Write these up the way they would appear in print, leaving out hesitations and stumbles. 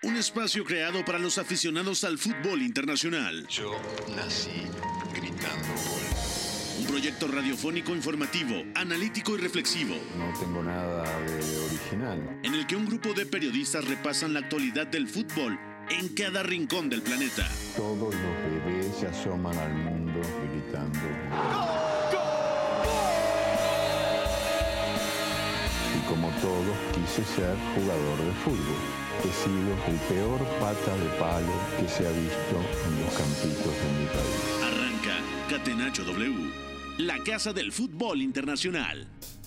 Un espacio creado para los aficionados al fútbol internacional. Yo nací gritando gol. Un proyecto radiofónico informativo, analítico y reflexivo. No tengo nada de original. En el que un grupo de periodistas repasan la actualidad del fútbol en cada rincón del planeta. Todos los bebés se asoman al mundo gritando ¡Gol! Y como todos, quise ser jugador de fútbol. He sido el peor pata de palo que se ha visto en los campitos de mi país. Arranca Catenacho W, la casa del fútbol internacional.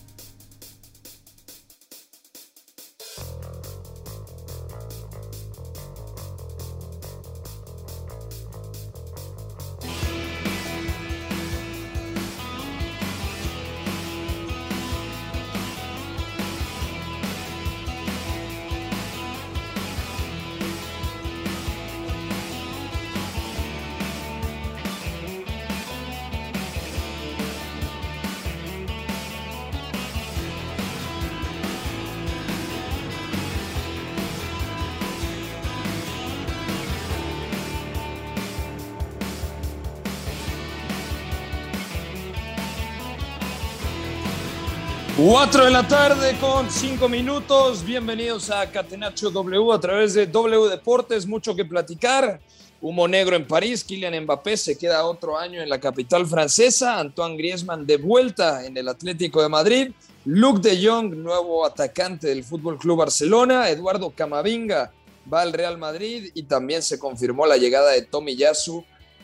Cuatro de la tarde con 5 minutos. Bienvenidos a Catenacho W a través de W Deportes. Mucho que platicar. Humo negro en París. Kylian Mbappé se queda otro año en la capital francesa. Antoine Griezmann de vuelta en el Atlético de Madrid. Luuk de Jong, nuevo atacante del Fútbol Club Barcelona. Eduardo Camavinga va al Real Madrid y también se confirmó la llegada de Tomiyasu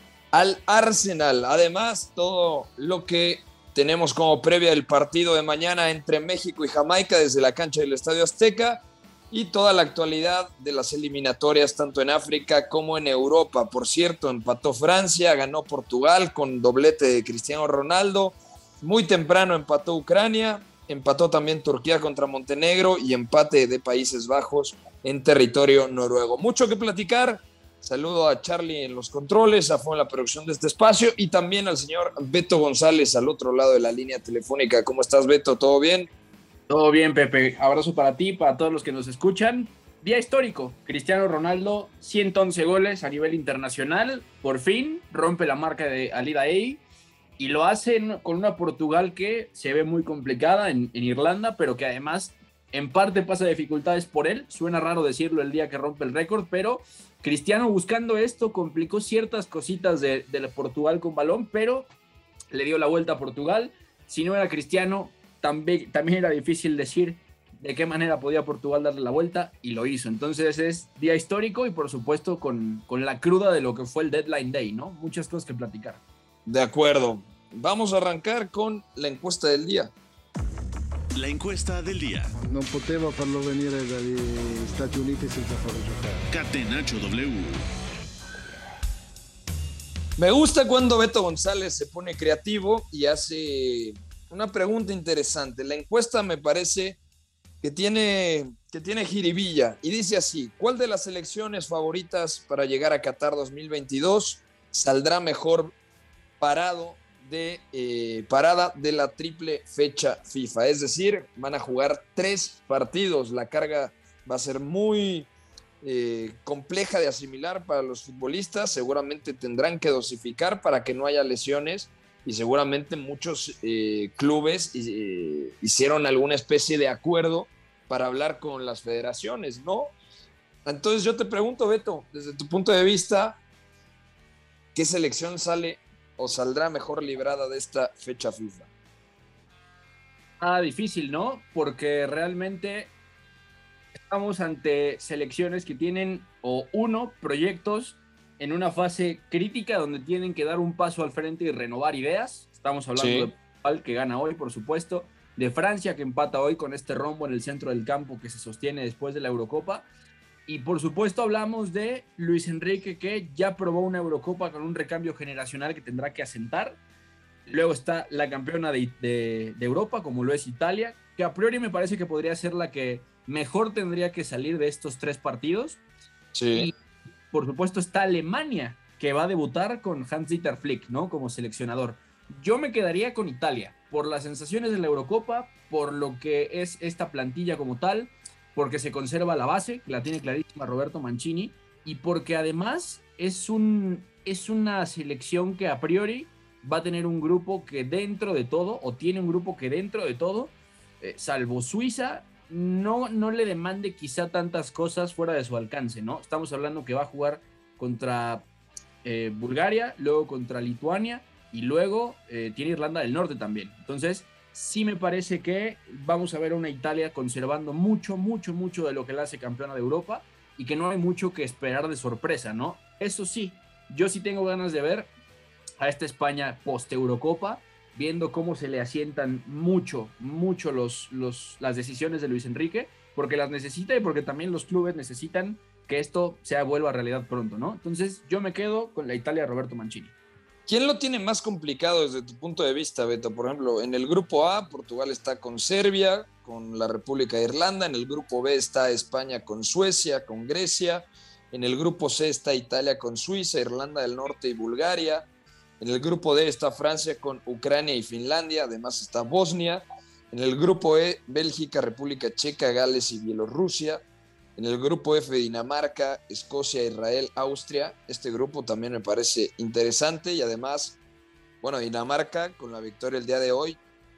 al Arsenal. Además, todo lo que tenemos como previa el partido de mañana entre México y Jamaica desde la cancha del Estadio Azteca y toda la actualidad de las eliminatorias tanto en África como en Europa. Por cierto, empató Francia, ganó Portugal con doblete de Cristiano Ronaldo. Muy temprano empató Ucrania, empató también Turquía contra Montenegro y empate de Países Bajos en territorio noruego. Mucho que platicar. Saludo a Charlie en los controles, a Fue en la producción de este espacio y también al señor Beto González al otro lado de la línea telefónica. ¿Cómo estás, Beto? ¿Todo bien? Todo bien, Pepe. Abrazo para ti, para todos los que nos escuchan. Día histórico. Cristiano Ronaldo, 111 goles a nivel internacional. Por fin rompe la marca de Alida Ey y lo hace con una Portugal que se ve muy complicada en Irlanda, pero que además en parte pasa dificultades por él. Suena raro decirlo el día que rompe el récord, pero Cristiano buscando esto complicó ciertas cositas de Portugal con balón, pero le dio la vuelta a Portugal. Si no era Cristiano, también era difícil decir de qué manera podía Portugal darle la vuelta y lo hizo. Entonces es día histórico y por supuesto con la cruda de lo que fue el Deadline Day, ¿no? Muchas cosas que platicar. De acuerdo. Vamos a arrancar con la encuesta del día. La encuesta del día. Non poteva farlo venire dagli Stati Uniti senza farlo giocare. Catenacho W. Me gusta cuando Beto González se pone creativo y hace una pregunta interesante. La encuesta me parece que tiene jiribilla y dice así: ¿cuál de las selecciones favoritas para llegar a Qatar 2022 saldrá mejor parada de la triple fecha FIFA? Es decir, van a jugar 3 partidos. La carga va a ser muy compleja de asimilar para los futbolistas. Seguramente tendrán que dosificar para que no haya lesiones y seguramente muchos clubes hicieron alguna especie de acuerdo para hablar con las federaciones, ¿no? Entonces yo te pregunto, Beto, desde tu punto de vista, ¿qué selección sale o saldrá mejor librada de esta fecha FIFA? Difícil, ¿no? Porque realmente estamos ante selecciones que tienen proyectos en una fase crítica donde tienen que dar un paso al frente y renovar ideas. Estamos hablando de Portugal, que gana hoy, por supuesto, de Francia, que empata hoy con este rombo en el centro del campo que se sostiene después de la Eurocopa. Y por supuesto hablamos de Luis Enrique, que ya probó una Eurocopa con un recambio generacional que tendrá que asentar. Luego está la campeona de Europa, como lo es Italia, que a priori me parece que podría ser la que mejor tendría que salir de estos 3 partidos. Sí. Y por supuesto está Alemania, que va a debutar con Hans-Dieter Flick, ¿no? Como seleccionador. Yo me quedaría con Italia, por las sensaciones de la Eurocopa, por lo que es esta plantilla como tal. porque se conserva la base, que la tiene clarísima Roberto Mancini, y porque además es una selección que a priori va a tener un grupo que dentro de todo, o tiene un grupo que dentro de todo, salvo Suiza, no le demande quizá tantas cosas fuera de su alcance, ¿no? Estamos hablando que va a jugar contra Bulgaria, luego contra Lituania, y luego tiene Irlanda del Norte también. Entonces, sí me parece que vamos a ver una Italia conservando mucho de lo que la hace campeona de Europa, y que no hay mucho que esperar de sorpresa, ¿no? Eso sí, yo sí tengo ganas de ver a esta España post-Eurocopa, viendo cómo se le asientan mucho las decisiones de Luis Enrique, porque las necesita y porque también los clubes necesitan que esto vuelva a realidad pronto, ¿no? Entonces yo me quedo con la Italia de Roberto Mancini. ¿Quién lo tiene más complicado desde tu punto de vista, Beto? Por ejemplo, en el grupo A, Portugal está con Serbia, con la República de Irlanda. En el grupo B está España con Suecia, con Grecia. En el grupo C está Italia con Suiza, Irlanda del Norte y Bulgaria. En el grupo D está Francia con Ucrania y Finlandia. Además está Bosnia. En el grupo E, Bélgica, República Checa, Gales y Bielorrusia. En el grupo F, Dinamarca, Escocia, Israel, Austria. Este grupo también me parece interesante y además, bueno, Dinamarca con la victoria el día de hoy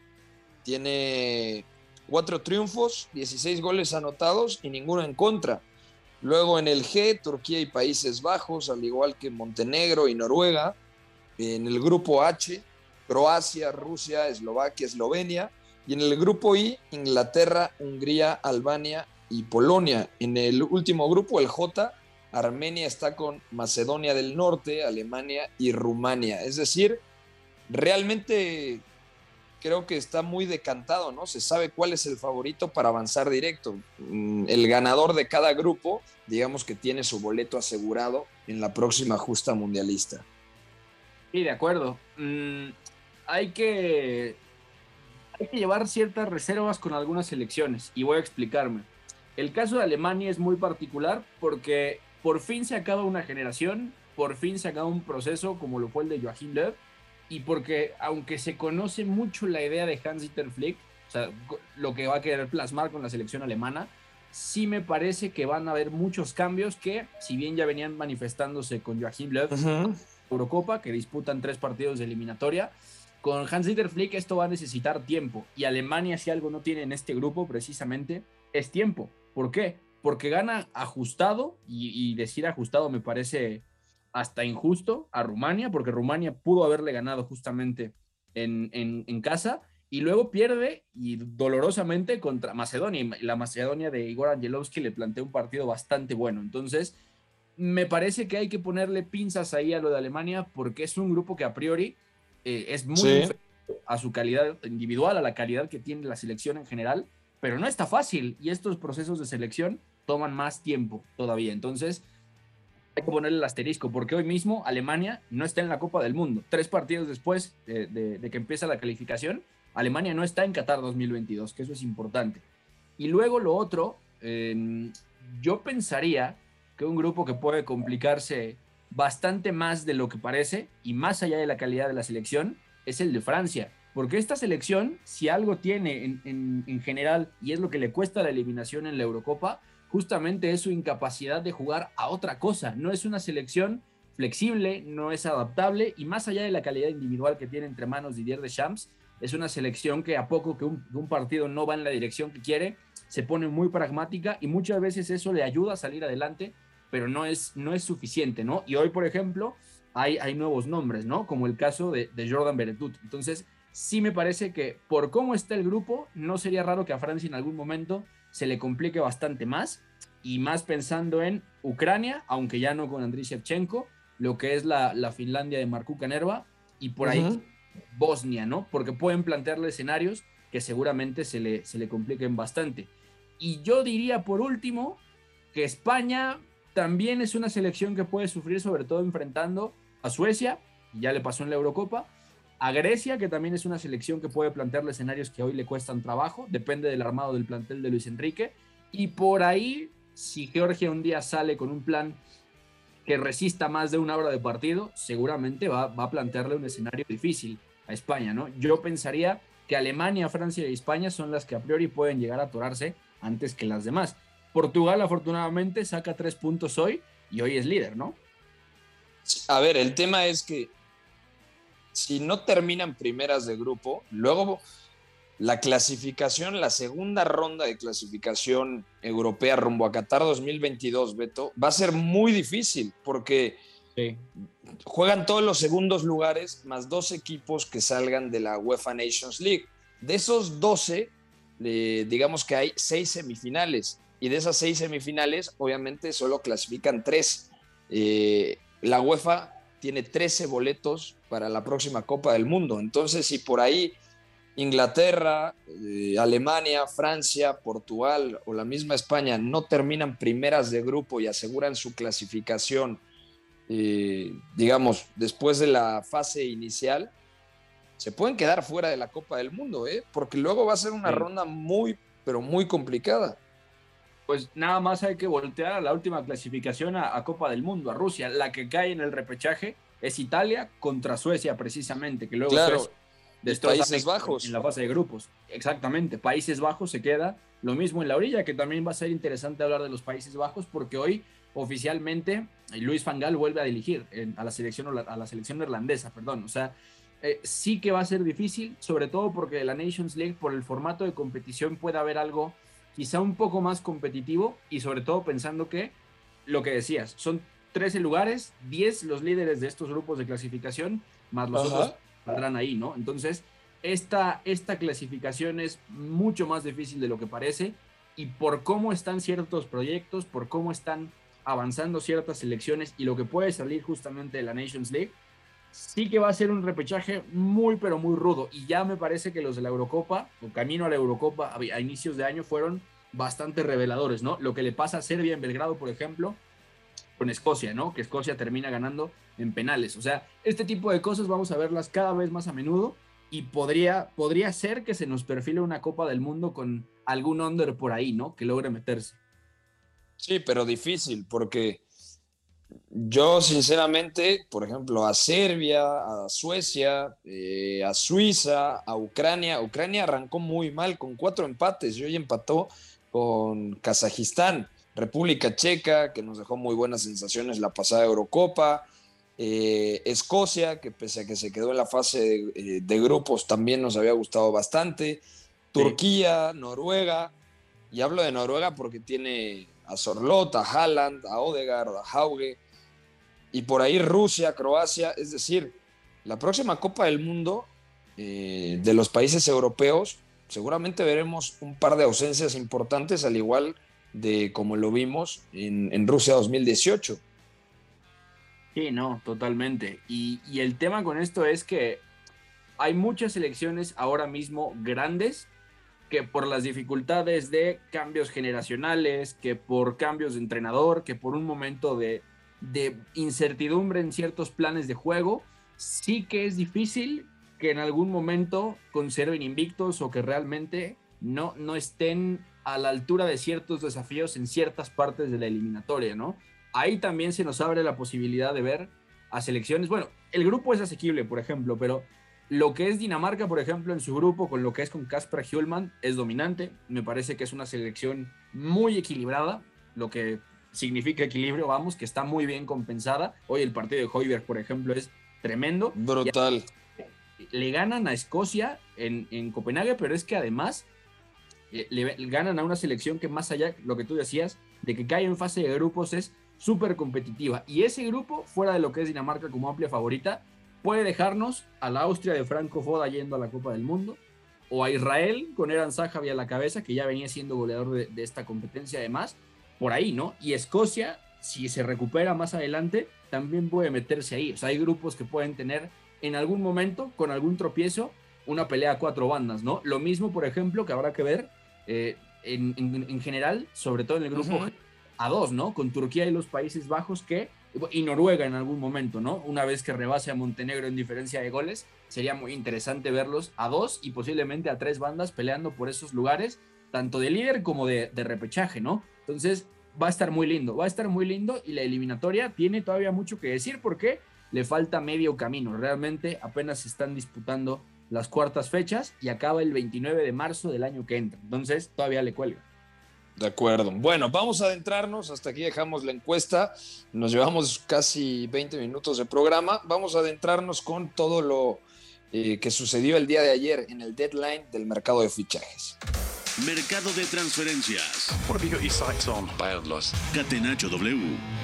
tiene 4 triunfos, 16 goles anotados y ninguno en contra. Luego en el G, Turquía y Países Bajos, al igual que Montenegro y Noruega. En el grupo H, Croacia, Rusia, Eslovaquia, Eslovenia. Y en el grupo I, Inglaterra, Hungría, Albania y Polonia. En el último grupo, el J, Armenia está con Macedonia del Norte, Alemania y Rumania. Es decir, realmente creo que está muy decantado, ¿no? Se sabe cuál es el favorito para avanzar directo. El ganador de cada grupo, digamos que tiene su boleto asegurado en la próxima justa mundialista. Sí, de acuerdo. Hay que llevar ciertas reservas con algunas selecciones y voy a explicarme. El caso de Alemania es muy particular porque por fin se acaba una generación, por fin se acaba un proceso como lo fue el de Joachim Löw, y porque aunque se conoce mucho la idea de Hans-Dieter Flick, o sea, lo que va a querer plasmar con la selección alemana, sí me parece que van a haber muchos cambios que, si bien ya venían manifestándose con Joachim Löw, Eurocopa, que disputan 3 partidos de eliminatoria, con Hans-Dieter Flick esto va a necesitar tiempo, y Alemania, si algo no tiene en este grupo precisamente, es tiempo. ¿Por qué? Porque gana ajustado, y decir ajustado me parece hasta injusto a Rumania, porque Rumania pudo haberle ganado justamente en casa, y luego pierde, y dolorosamente, contra Macedonia, y la Macedonia de Igor Angelovski le plantea un partido bastante bueno. Entonces, me parece que hay que ponerle pinzas ahí a lo de Alemania, porque es un grupo que a priori es muy diferente a su calidad individual, a la calidad que tiene la selección en general, pero no está fácil, y estos procesos de selección toman más tiempo todavía. Entonces, hay que ponerle el asterisco, porque hoy mismo Alemania no está en la Copa del Mundo. 3 partidos después de que empieza la calificación, Alemania no está en Qatar 2022, que eso es importante. Y luego lo otro, yo pensaría que un grupo que puede complicarse bastante más de lo que parece, y más allá de la calidad de la selección, es el de Francia. Porque esta selección, si algo tiene en general, y es lo que le cuesta la eliminación en la Eurocopa, justamente es su incapacidad de jugar a otra cosa. No es una selección flexible, no es adaptable, y más allá de la calidad individual que tiene entre manos Didier Deschamps, es una selección que a poco que un partido no va en la dirección que quiere, se pone muy pragmática, y muchas veces eso le ayuda a salir adelante, pero no es suficiente, ¿no? Y hoy, por ejemplo, hay nuevos nombres, ¿no? Como el caso de Jordan Veretout. Entonces, sí me parece que por cómo está el grupo, no sería raro que a Francia en algún momento se le complique bastante más, y más pensando en Ucrania, aunque ya no con Andriy Shevchenko, lo que es la Finlandia de Markku Kanerva, y por ahí Bosnia, ¿no? Porque pueden plantearle escenarios que seguramente se le compliquen bastante. Y yo diría, por último, que España también es una selección que puede sufrir, sobre todo enfrentando a Suecia, y ya le pasó en la Eurocopa, a Grecia, que también es una selección que puede plantearle escenarios que hoy le cuestan trabajo, depende del armado del plantel de Luis Enrique, y por ahí, si Georgia un día sale con un plan que resista más de 1 hora de partido, seguramente va a plantearle un escenario difícil a España, ¿no? Yo pensaría que Alemania, Francia y España son las que a priori pueden llegar a atorarse antes que las demás. Portugal, afortunadamente, saca 3 puntos hoy y hoy es líder, ¿no? A ver, el tema es que si no terminan primeras de grupo, luego la clasificación, la segunda ronda de clasificación europea rumbo a Qatar 2022, Beto, va a ser muy difícil porque Sí. juegan todos los segundos lugares más 2 equipos que salgan de la UEFA Nations League. De esos 12, digamos que hay 6 semifinales y de esas 6 semifinales obviamente solo clasifican 3. La UEFA tiene 13 boletos para la próxima Copa del Mundo. Entonces, si por ahí Inglaterra, Alemania, Francia, Portugal o la misma España no terminan primeras de grupo y aseguran su clasificación, digamos, después de la fase inicial, se pueden quedar fuera de la Copa del Mundo, porque luego va a ser una ronda muy, pero muy complicada. Pues nada más hay que voltear a la última clasificación a Copa del Mundo, a Rusia. La que cae en el repechaje es Italia contra Suecia, precisamente, que luego Claro, destroza Países Bajos. en la fase de grupos. Exactamente, Países Bajos se queda lo mismo en la orilla, que también va a ser interesante hablar de los Países Bajos, porque hoy oficialmente Luis Van Gaal vuelve a dirigir a la selección irlandesa, perdón. O sea, sí que va a ser difícil, sobre todo porque la Nations League, por el formato de competición, puede haber algo quizá un poco más competitivo y sobre todo pensando que, lo que decías, son 13 lugares, 10 los líderes de estos grupos de clasificación, más los otros saldrán ahí, ¿no? Entonces, esta clasificación es mucho más difícil de lo que parece y por cómo están ciertos proyectos, por cómo están avanzando ciertas selecciones y lo que puede salir justamente de la Nations League, sí que va a ser un repechaje muy, pero muy rudo. Y ya me parece que los de la Eurocopa, o camino a la Eurocopa a inicios de año, fueron bastante reveladores, ¿no? Lo que le pasa a Serbia en Belgrado, por ejemplo, con Escocia, ¿no? Que Escocia termina ganando en penales. O sea, este tipo de cosas vamos a verlas cada vez más a menudo y podría ser que se nos perfile una Copa del Mundo con algún under por ahí, ¿no? Que logre meterse. Sí, pero difícil, porque yo sinceramente, por ejemplo, a Serbia, a Suecia, a Suiza, a Ucrania arrancó muy mal con 4 empates y hoy empató con Kazajistán, República Checa, que nos dejó muy buenas sensaciones la pasada Eurocopa, Escocia, que pese a que se quedó en la fase de grupos también nos había gustado bastante, Turquía, Noruega, y hablo de Noruega porque tiene a Sorloth, a Haaland, a Odegaard, a Hauge, y por ahí Rusia, Croacia. Es decir, la próxima Copa del Mundo de los países europeos, seguramente veremos un par de ausencias importantes, al igual de como lo vimos en Rusia 2018. Sí, no, totalmente. Y el tema con esto es que hay muchas selecciones ahora mismo grandes que por las dificultades de cambios generacionales, que por cambios de entrenador, que por un momento de incertidumbre en ciertos planes de juego, sí que es difícil que en algún momento conserven invictos o que realmente no estén a la altura de ciertos desafíos en ciertas partes de la eliminatoria, ¿no? Ahí también se nos abre la posibilidad de ver a selecciones. Bueno, el grupo es asequible, por ejemplo, pero lo que es Dinamarca, por ejemplo, en su grupo, con lo que es con Kasper Hjulmand, es dominante. Me parece que es una selección muy equilibrada, lo que significa equilibrio, vamos, que está muy bien compensada. Hoy el partido de Højbjerg, por ejemplo, es tremendo. Brutal. Le ganan a Escocia en Copenhague, pero es que además le ganan a una selección que, más allá, lo que tú decías, de que cae en fase de grupos, es súper competitiva. Y ese grupo, fuera de lo que es Dinamarca como amplia favorita, puede dejarnos a la Austria de Franco Foda yendo a la Copa del Mundo, o a Israel con Eran Zahavi a la cabeza, que ya venía siendo goleador de esta competencia además, por ahí, ¿no? Y Escocia, si se recupera más adelante, también puede meterse ahí. O sea, hay grupos que pueden tener en algún momento, con algún tropiezo, una pelea a 4 bandas, ¿no? Lo mismo, por ejemplo, que habrá que ver en general, sobre todo en el grupo a 2, ¿no? Con Turquía y los Países Bajos y Noruega en algún momento, ¿no? Una vez que rebase a Montenegro en diferencia de goles, sería muy interesante verlos a 2 y posiblemente a 3 bandas peleando por esos lugares, tanto de líder como de repechaje, ¿no? Entonces va a estar muy lindo y la eliminatoria tiene todavía mucho que decir porque le falta medio camino. Realmente apenas se están disputando las cuartas fechas y acaba el 29 de marzo del año que entra. Entonces todavía le cuelga. De acuerdo. Bueno, vamos a adentrarnos. Hasta aquí dejamos la encuesta. Nos llevamos casi 20 minutos de programa. Vamos a adentrarnos con todo lo que sucedió el día de ayer en el deadline del mercado de fichajes. Mercado de transferencias. What have you got your sights on? Buy loss. Catenacho W.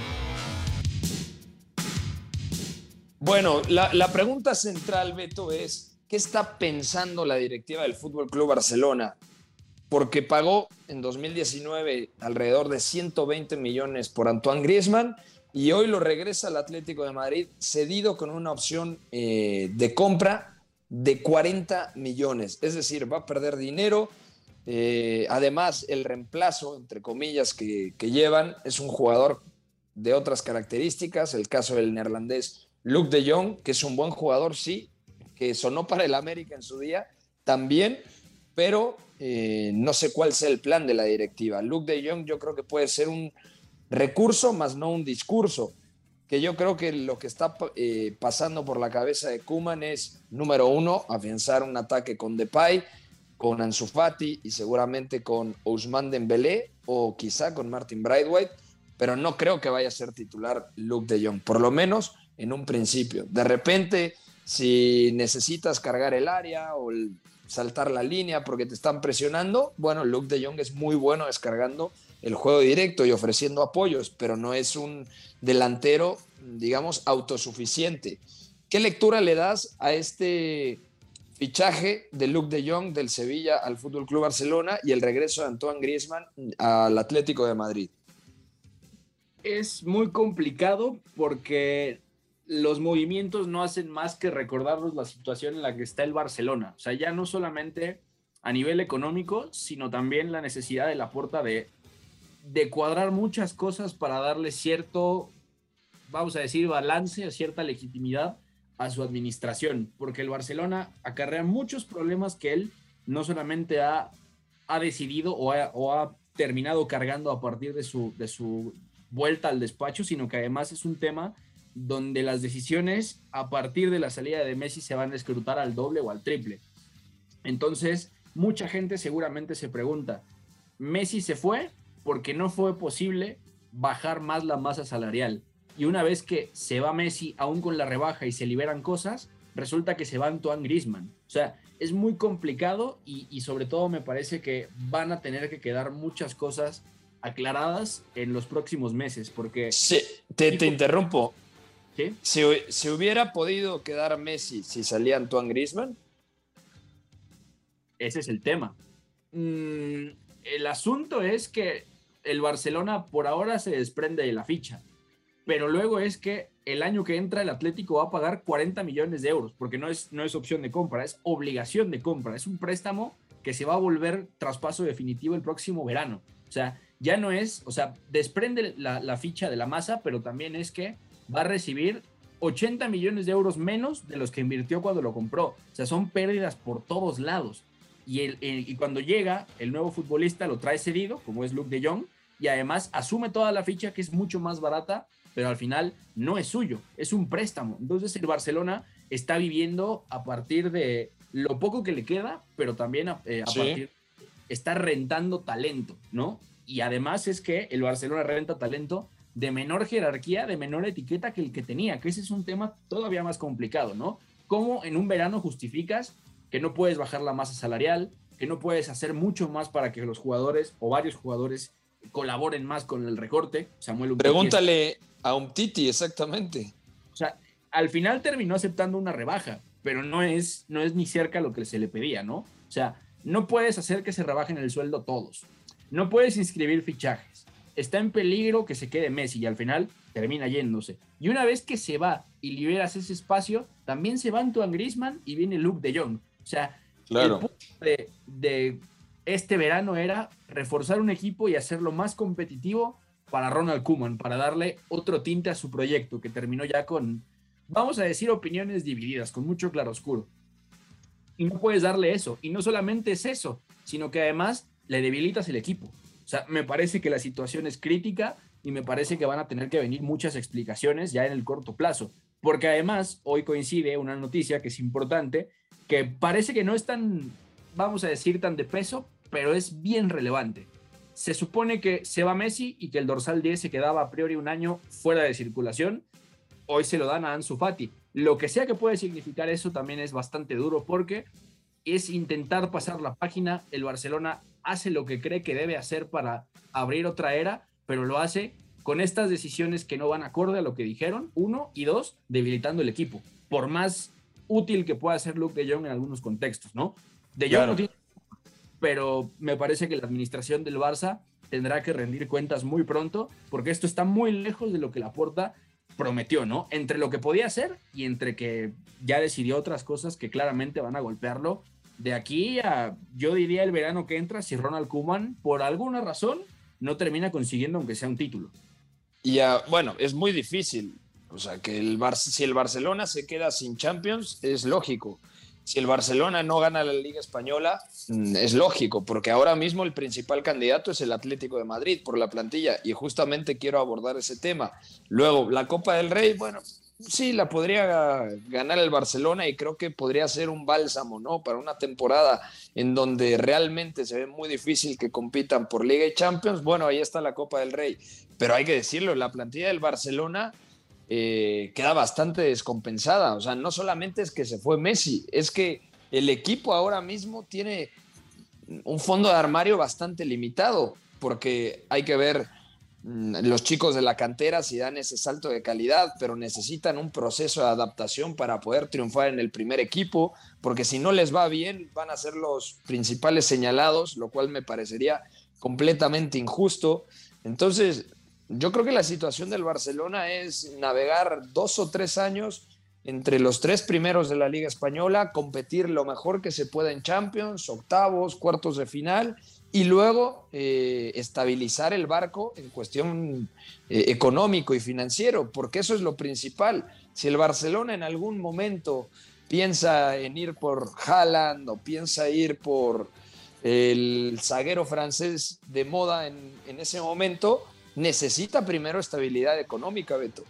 Bueno, la pregunta central, Beto, es ¿qué está pensando la directiva del Fútbol Club Barcelona? Porque pagó en 2019 alrededor de 120 millones por Antoine Griezmann y hoy lo regresa al Atlético de Madrid cedido con una opción de compra de 40 millones. Es decir, va a perder dinero. Además, el reemplazo, entre comillas, que llevan es un jugador de otras características. El caso del neerlandés Luuk de Jong, que es un buen jugador, sí, que sonó para el América en su día también, pero no sé cuál sea el plan de la directiva. Luuk de Jong yo creo que puede ser un recurso, más no un discurso, que yo creo que lo que está pasando por la cabeza de Koeman es, número uno, afianzar un ataque con Depay, con Ansu Fati y seguramente con Ousmane Dembélé o quizá con Martin Braithwaite, pero no creo que vaya a ser titular Luuk de Jong, por lo menos en un principio. De repente, si necesitas cargar el área o saltar la línea porque te están presionando, bueno, Luuk de Jong es muy bueno descargando el juego directo y ofreciendo apoyos, pero no es un delantero, digamos, autosuficiente. ¿Qué lectura le das a este fichaje de Luuk de Jong del Sevilla al Fútbol Club Barcelona y el regreso de Antoine Griezmann al Atlético de Madrid? Es muy complicado porque los movimientos no hacen más que recordarnos la situación en la que está el Barcelona. O sea, ya no solamente a nivel económico, sino también la necesidad de Laporta de cuadrar muchas cosas para darle cierto, vamos a decir, balance, cierta legitimidad a su administración, porque el Barcelona acarrea muchos problemas que él no solamente ha decidido o ha terminado cargando a partir de su vuelta al despacho, sino que además es un tema donde las decisiones a partir de la salida de Messi se van a escrutar al doble o al triple. Entonces, mucha gente seguramente se pregunta, ¿Messi se fue porque no fue posible bajar más la masa salarial? Y una vez que se va Messi, aún con la rebaja y se liberan cosas, resulta que se va Antoine Griezmann. O sea, es muy complicado y sobre todo me parece que van a tener que quedar muchas cosas aclaradas en los próximos meses, porque... Sí, te interrumpo. ¿Sí? Si hubiera podido quedar Messi si salía Antoine Griezmann. Ese es el tema. El asunto es que el Barcelona por ahora se desprende de la ficha, pero luego es que el año que entra el Atlético va a pagar 40 millones de euros, porque no es opción de compra, es obligación de compra, es un préstamo que se va a volver traspaso definitivo el próximo verano. O sea, ya no es, o sea, desprende la ficha de la masa, pero también es que va a recibir 80 millones de euros menos de los que invirtió cuando lo compró. O sea, son pérdidas por todos lados. Y cuando llega el nuevo futbolista lo trae cedido, como es Luuk de Jong, y además asume toda la ficha que es mucho más barata, pero al final no es suyo, es un préstamo. Entonces el Barcelona está viviendo a partir de lo poco que le queda, pero también partir, está rentando talento, ¿no? Y además es que el Barcelona renta talento de menor jerarquía, de menor etiqueta que el que tenía, que ese es un tema todavía más complicado, ¿no? ¿Cómo en un verano justificas que no puedes bajar la masa salarial, que no puedes hacer mucho más para que los jugadores o varios jugadores colaboren más con el recorte? Samuel Umtiti. Pregúntale a Umtiti, exactamente. O sea, al final terminó aceptando una rebaja, pero no es ni cerca lo que se le pedía, ¿no? O sea, no puedes hacer que se rebajen el sueldo todos. No puedes inscribir fichajes. Está en peligro que se quede Messi y al final termina yéndose. Y una vez que se va y liberas ese espacio, también se va Antoine Griezmann y viene Luuk de Jong. O sea, claro, el punto de este verano era reforzar un equipo y hacerlo más competitivo para Ronald Koeman, para darle otro tinte a su proyecto, que terminó ya con, vamos a decir, opiniones divididas, con mucho claroscuro. Y no puedes darle eso. Y no solamente es eso, sino que además le debilitas el equipo. O sea, me parece que la situación es crítica y me parece que van a tener que venir muchas explicaciones ya en el corto plazo. Porque además, hoy coincide una noticia que es importante, que parece que no es tan, vamos a decir, tan de peso, pero es bien relevante. se supone que se va Messi y que el dorsal 10 se quedaba a priori un año fuera de circulación. Hoy se lo dan a Ansu Fati. Lo que sea que puede significar eso también es bastante duro porque es intentar pasar la página. El Barcelona hace lo que cree que debe hacer para abrir otra era, pero lo hace con estas decisiones que no van acorde a lo que dijeron, 1, y 2, debilitando el equipo. Por más útil que pueda ser Luke de Jong en algunos contextos, ¿no? De Jong no tiene, pero me parece que la administración del Barça tendrá que rendir cuentas muy pronto, porque esto está muy lejos de lo que Laporta prometió, ¿no? Entre lo que podía hacer y entre que ya decidió otras cosas que claramente van a golpearlo. De aquí a, yo diría, el verano que entra, si Ronald Koeman, por alguna razón, no termina consiguiendo aunque sea un título. Y bueno, es muy difícil. O sea, que si el Barcelona se queda sin Champions, es lógico. Si el Barcelona no gana la Liga Española, es lógico, porque ahora mismo el principal candidato es el Atlético de Madrid por la plantilla, y justamente quiero abordar ese tema. Luego, la Copa del Rey, bueno, sí, la podría ganar el Barcelona y creo que podría ser un bálsamo, ¿no? Para una temporada en donde realmente se ve muy difícil que compitan por Liga y Champions. Bueno, ahí está la Copa del Rey, pero hay que decirlo, la plantilla del Barcelona queda bastante descompensada. O sea, no solamente es que se fue Messi, es que el equipo ahora mismo tiene un fondo de armario bastante limitado, porque hay que ver los chicos de la cantera si dan ese salto de calidad, pero necesitan un proceso de adaptación para poder triunfar en el primer equipo, porque si no les va bien van a ser los principales señalados, lo cual me parecería completamente injusto. Entonces, yo creo que la situación del Barcelona es navegar 2 o 3 años entre los 3 primeros de la Liga Española, competir lo mejor que se pueda en Champions, octavos, cuartos de final, y luego estabilizar el barco en cuestión económico y financiero, porque eso es lo principal. Si el Barcelona en algún momento piensa en ir por Haaland o piensa ir por el zaguero francés de moda en ese momento, necesita primero estabilidad económica, Beto.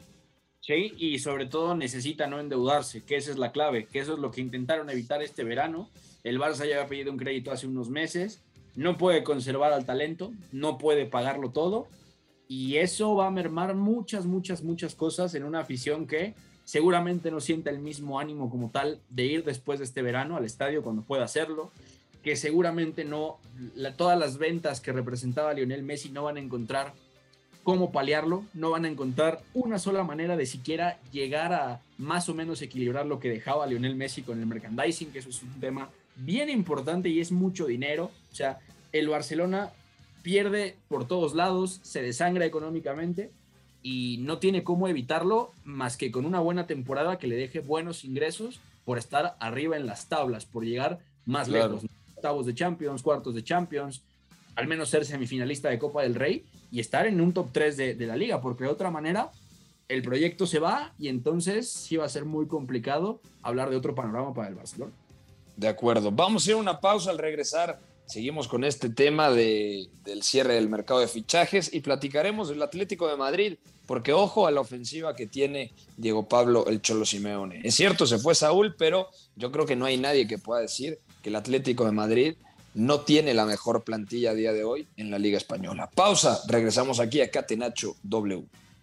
Sí, y sobre todo necesita no endeudarse, que esa es la clave, que eso es lo que intentaron evitar este verano. El Barça ya había pedido un crédito hace unos meses, no puede conservar al talento, no puede pagarlo todo, y eso va a mermar muchas cosas en una afición que seguramente no sienta el mismo ánimo como tal de ir después de este verano al estadio cuando pueda hacerlo, que seguramente no, todas las ventas que representaba Lionel Messi no van a encontrar cómo paliarlo, no van a encontrar una sola manera de siquiera llegar a más o menos equilibrar lo que dejaba Lionel Messi con el merchandising, que eso es un tema bien importante y es mucho dinero. O sea, el Barcelona pierde por todos lados, se desangra económicamente y no tiene cómo evitarlo más que con una buena temporada que le deje buenos ingresos por estar arriba en las tablas, por llegar más lejos, octavos de Champions, cuartos de Champions, al menos ser semifinalista de Copa del Rey y estar en un top 3 de la liga, porque de otra manera el proyecto se va y entonces sí va a ser muy complicado hablar de otro panorama para el Barcelona. De acuerdo, vamos a ir a una pausa. Al regresar seguimos con este tema del cierre del mercado de fichajes y platicaremos del Atlético de Madrid, porque ojo a la ofensiva que tiene Diego Pablo el Cholo Simeone. Es cierto, se fue Saúl, pero yo creo que no hay nadie que pueda decir que el Atlético de Madrid no tiene la mejor plantilla a día de hoy en la Liga Española. Pausa, regresamos aquí a Catenacho W.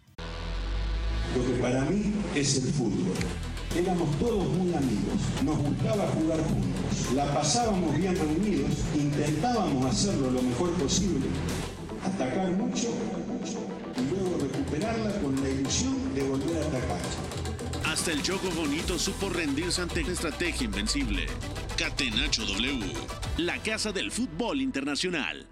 Lo que para mí es el fútbol. Éramos todos muy amigos, nos gustaba jugar juntos, la pasábamos bien reunidos, intentábamos hacerlo lo mejor posible, atacar mucho y luego recuperarla con la ilusión de volver a atacar. Hasta el Choco Bonito supo rendirse ante una estrategia invencible. Catenacho W, la casa del fútbol internacional.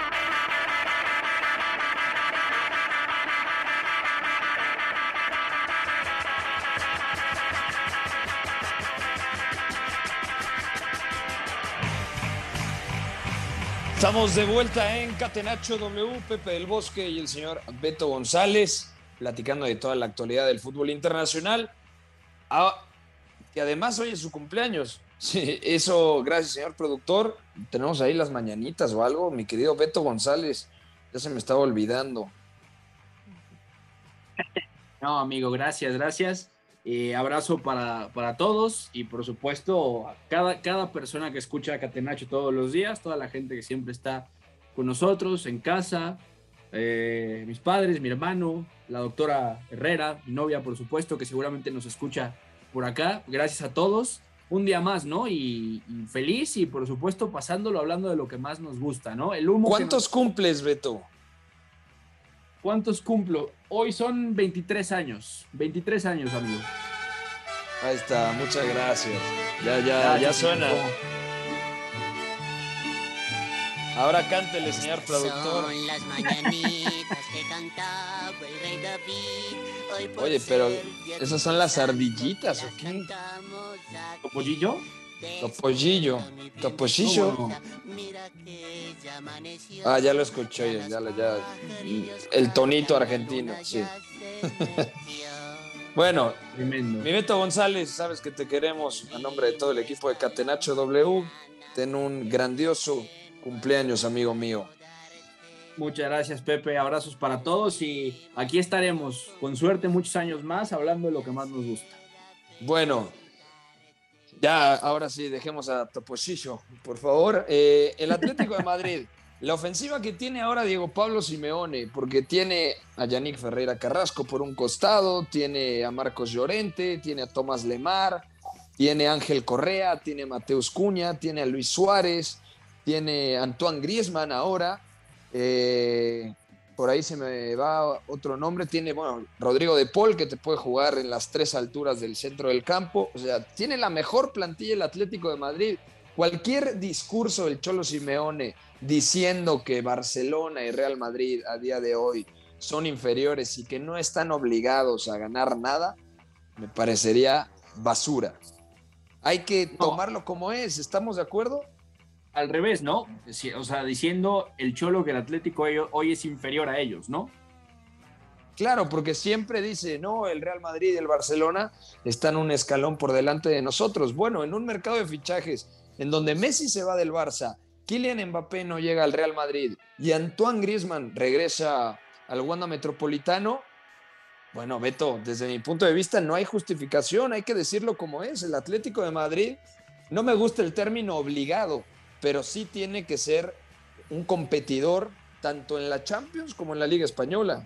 Estamos de vuelta en Catenacho W, Pepe del Bosque y el señor Beto González, platicando de toda la actualidad del fútbol internacional, que además hoy es su cumpleaños. Sí, eso, gracias, señor productor. Tenemos ahí las mañanitas o algo, mi querido Beto González, ya se me estaba olvidando. No, amigo, gracias. Abrazo para todos y por supuesto a cada persona que escucha Catenacho todos los días, toda la gente que siempre está con nosotros en casa, mis padres, mi hermano, la doctora Herrera, mi novia, por supuesto, que seguramente nos escucha por acá. Gracias a todos. Un día más, ¿no? Y feliz y, por supuesto, pasándolo hablando de lo que más nos gusta, ¿no? El humo. ¿Cuántos cumples, Beto? ¿Cuántos cumplo? Hoy son 23 años. 23 años, amigo. Ahí está, muchas gracias. Ya suena. Ahora cántele, señor productor. Son las mañanitas que cantaba el rey David. Hoy por Oye, pero ser día esas son las ardillitas, ¿o las qué? cantamos aquí. ¿Topollillo? Topollillo. Topollillo. Mira que ya amaneció. Ah, ya lo escuché, ya. El tonito argentino, sí. Bueno, Tremendo. mi Beto González, sabes que te queremos a nombre de todo el equipo de Catenacho W. Ten un grandioso cumpleaños, amigo mío. Muchas gracias, Pepe. Abrazos para todos y aquí estaremos, con suerte, muchos años más, hablando de lo que más nos gusta. Bueno, ya, ahora sí, dejemos a Topollillo, por favor. El Atlético de Madrid, la ofensiva que tiene ahora Diego Pablo Simeone, porque tiene a Yannick Ferreira Carrasco por un costado, tiene a Marcos Llorente, tiene a Tomás Lemar, tiene a Ángel Correa, tiene a Mateus Cunha, tiene a Luis Suárez, tiene a Antoine Griezmann ahora, por ahí se me va otro nombre, tiene, bueno, Rodrigo de Paul, que te puede jugar en las tres alturas del centro del campo, o sea, tiene la mejor plantilla el Atlético de Madrid. Cualquier discurso del Cholo Simeone diciendo que Barcelona y Real Madrid a día de hoy son inferiores y que no están obligados a ganar nada, me parecería basura. Hay que tomarlo como es, ¿estamos de acuerdo? Al revés, ¿no? O sea, diciendo el Cholo que el Atlético hoy es inferior a ellos, ¿no? Claro, porque siempre dice, no, el Real Madrid y el Barcelona están un escalón por delante de nosotros. Bueno, en un mercado de fichajes en donde Messi se va del Barça, Kylian Mbappé no llega al Real Madrid y Antoine Griezmann regresa al Wanda Metropolitano, bueno, Beto, desde mi punto de vista no hay justificación, hay que decirlo como es. El Atlético de Madrid, no me gusta el término obligado, pero sí tiene que ser un competidor tanto en la Champions como en la Liga Española.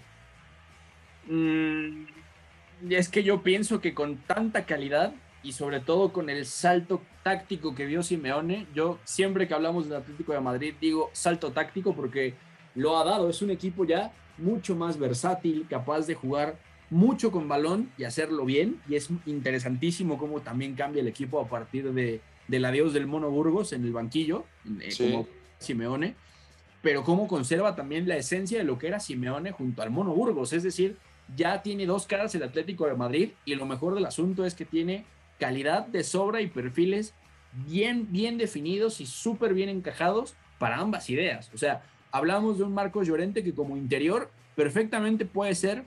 Es que yo pienso que con tanta calidad y sobre todo con el salto táctico que dio Simeone, yo siempre que hablamos del Atlético de Madrid digo salto táctico porque lo ha dado, es un equipo ya mucho más versátil, capaz de jugar mucho con balón y hacerlo bien, y es interesantísimo cómo también cambia el equipo a partir del adiós del Mono Burgos en el banquillo, sí, como Simeone, pero cómo conserva también la esencia de lo que era Simeone junto al Mono Burgos, es decir, ya tiene dos caras el Atlético de Madrid y lo mejor del asunto es que tiene calidad de sobra y perfiles bien definidos y súper bien encajados para ambas ideas. O sea, hablamos de un Marcos Llorente que como interior perfectamente puede ser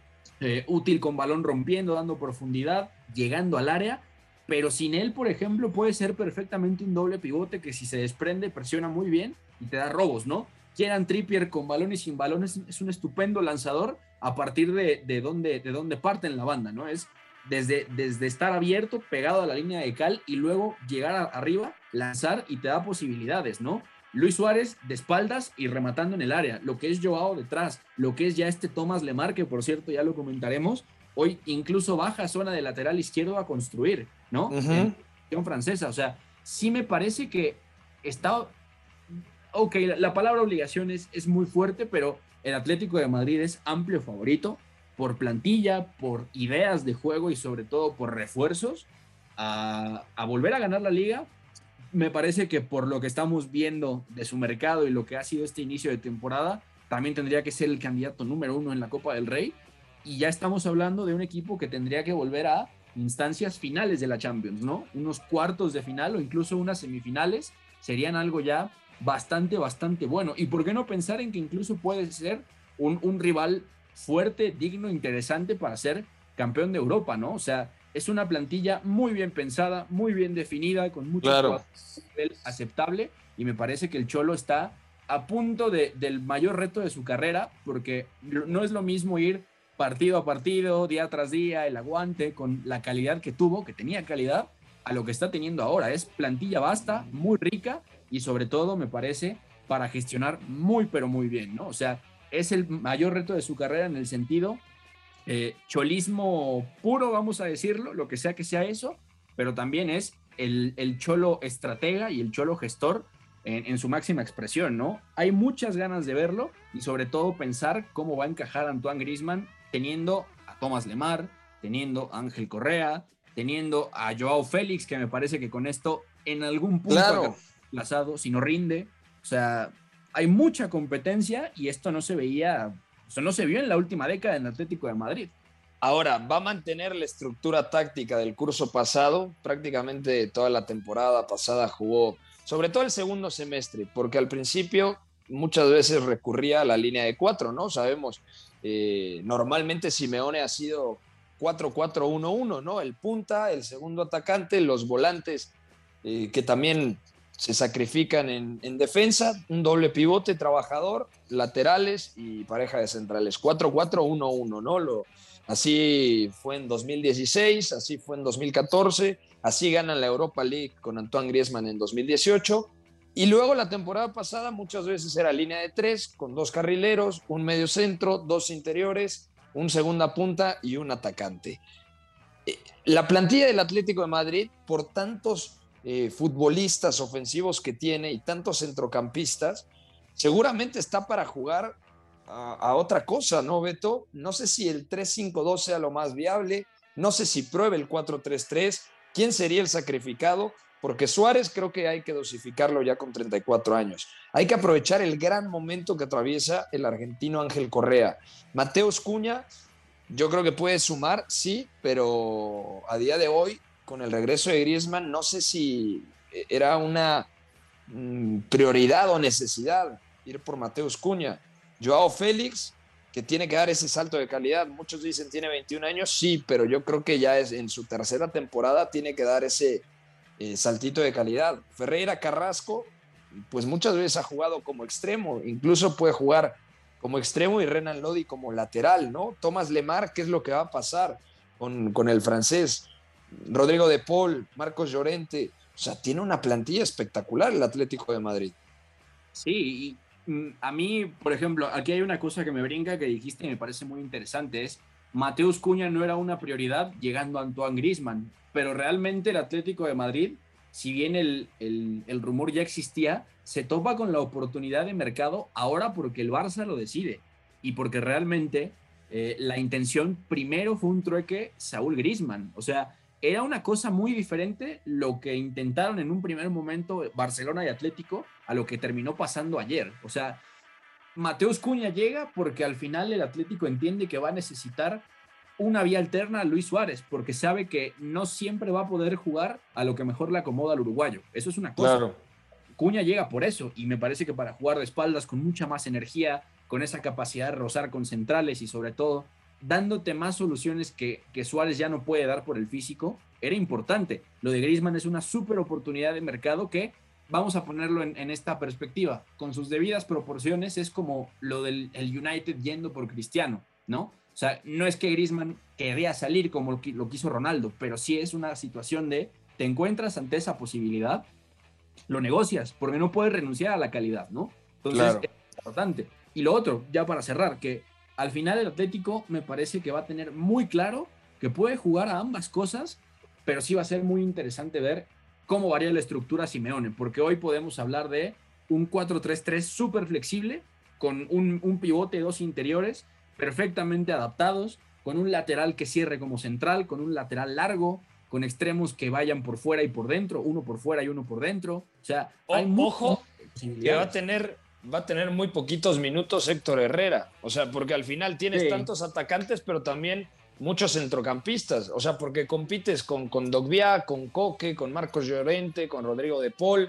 útil con balón rompiendo, dando profundidad, llegando al área, pero sin él, por ejemplo, puede ser perfectamente un doble pivote que si se desprende presiona muy bien y te da robos, ¿no? Kieran Trippier con balón y sin balón es un estupendo lanzador a partir de donde parte en la banda, ¿no? Es desde estar abierto, pegado a la línea de cal y luego llegar arriba, lanzar y te da posibilidades, ¿no? Luis Suárez de espaldas y rematando en el área, lo que es Joao detrás, lo que es ya Tomás Lemar, que por cierto ya lo comentaremos, hoy incluso baja zona de lateral izquierdo a construir, ¿no? En la francesa, o sea, sí me parece que está... Ok, la palabra obligación es muy fuerte, pero el Atlético de Madrid es amplio favorito por plantilla, por ideas de juego y sobre todo por refuerzos a volver a ganar la liga. Me parece que por lo que estamos viendo de su mercado y lo que ha sido este inicio de temporada, también tendría que ser el candidato número 1 en la Copa del Rey. Y ya estamos hablando de un equipo que tendría que volver a instancias finales de la Champions, ¿no? Unos cuartos de final o incluso unas semifinales serían algo ya bastante bueno. Y por qué no pensar en que incluso puede ser un rival fuerte, digno, interesante para ser campeón de Europa, ¿no? O sea, es una plantilla muy bien pensada, muy bien definida, con mucho nivel aceptable, y me parece que el Cholo está a punto del mayor reto de su carrera, porque no es lo mismo ir partido a partido, día tras día, el aguante, con la calidad que tuvo, que tenía calidad, a lo que está teniendo ahora. Es plantilla vasta, muy rica, y sobre todo me parece para gestionar muy, pero muy bien, ¿no? O sea, es el mayor reto de su carrera en el sentido cholismo puro, vamos a decirlo, lo que sea eso, pero también es el cholo estratega y el cholo gestor en su máxima expresión, ¿no? Hay muchas ganas de verlo y sobre todo pensar cómo va a encajar Antoine Griezmann teniendo a Thomas Lemar, teniendo a Ángel Correa, teniendo a Joao Félix, que me parece que con esto en algún punto ha desplazado, si no rinde. O sea, hay mucha competencia y esto no se veía, o sea, no se vio en la última década en el Atlético de Madrid. Ahora, va a mantener la estructura táctica del curso pasado. Prácticamente toda la temporada pasada jugó, sobre todo el segundo semestre, porque al principio muchas veces recurría a la línea de 4, ¿no? Sabemos, normalmente Simeone ha sido 4-4-1-1, ¿no? El punta, el segundo atacante, los volantes que también se sacrifican en defensa, un doble pivote trabajador, laterales y pareja de centrales. 4-4-1-1, ¿no? Así fue en 2016, así fue en 2014, así ganan la Europa League con Antoine Griezmann en 2018. Y luego la temporada pasada muchas veces era línea de 3 con 2 carrileros, un medio centro, 2 interiores, un segunda punta y un atacante. La plantilla del Atlético de Madrid, por tantos futbolistas ofensivos que tiene y tantos centrocampistas, seguramente está para jugar a otra cosa, ¿no, Beto? No sé si el 3-5-2 sea lo más viable, no sé si pruebe el 4-3-3, ¿quién sería el sacrificado? Porque Suárez creo que hay que dosificarlo ya con 34 años. Hay que aprovechar el gran momento que atraviesa el argentino Ángel Correa. Mateus Cunha, yo creo que puede sumar, sí, pero a día de hoy, con el regreso de Griezmann, no sé si era una prioridad o necesidad ir por Mateus Cunha. Joao Félix, que tiene que dar ese salto de calidad. Muchos dicen tiene 21 años, sí, pero yo creo que ya es en su tercera temporada tiene que dar ese saltito de calidad. Ferreira Carrasco, pues muchas veces ha jugado como extremo, incluso puede jugar como extremo y Renan Lodi como lateral, ¿no? Thomas Lemar, ¿qué es lo que va a pasar con el francés? Rodrigo de Paul, Marcos Llorente, o sea, tiene una plantilla espectacular el Atlético de Madrid. Sí, y a mí, por ejemplo, aquí hay una cosa que me brinca que dijiste y me parece muy interesante, es Mateus Cunha no era una prioridad llegando a Antoine Griezmann, pero realmente el Atlético de Madrid, si bien el rumor ya existía, se topa con la oportunidad de mercado ahora porque el Barça lo decide y porque realmente la intención primero fue un trueque Saúl Griezmann, o sea, era una cosa muy diferente lo que intentaron en un primer momento Barcelona y Atlético a lo que terminó pasando ayer. O sea, Mateus Cunha llega porque al final el Atlético entiende que va a necesitar una vía alterna a Luis Suárez, porque sabe que no siempre va a poder jugar a lo que mejor le acomoda al uruguayo. Eso es una cosa. Claro. Cunha llega por eso, y me parece que para jugar de espaldas con mucha más energía, con esa capacidad de rozar con centrales y sobre todo dándote más soluciones que Suárez ya no puede dar por el físico, era importante. Lo de Griezmann es una súper oportunidad de mercado que, vamos a ponerlo en esta perspectiva, con sus debidas proporciones, es como lo del el United yendo por Cristiano, ¿no? O sea, no es que Griezmann querría salir como lo quiso Ronaldo, pero sí es una situación de, te encuentras ante esa posibilidad, lo negocias, porque no puedes renunciar a la calidad, ¿no? Entonces, claro, es importante. Y lo otro, ya para cerrar, que al final el Atlético me parece que va a tener muy claro que puede jugar a ambas cosas, pero sí va a ser muy interesante ver cómo varía la estructura Simeone, porque hoy podemos hablar de un 4-3-3 súper flexible, con un pivote, 2 interiores, perfectamente adaptados, con un lateral que cierre como central, con un lateral largo, con extremos que vayan por fuera y por dentro, uno por fuera y uno por dentro. O sea, ojo, que va a tener muy poquitos minutos Héctor Herrera. O sea, porque al final tienes tantos atacantes, pero también muchos centrocampistas. O sea, porque compites con Dogbia, con Coque, con Marcos Llorente, con Rodrigo de Paul,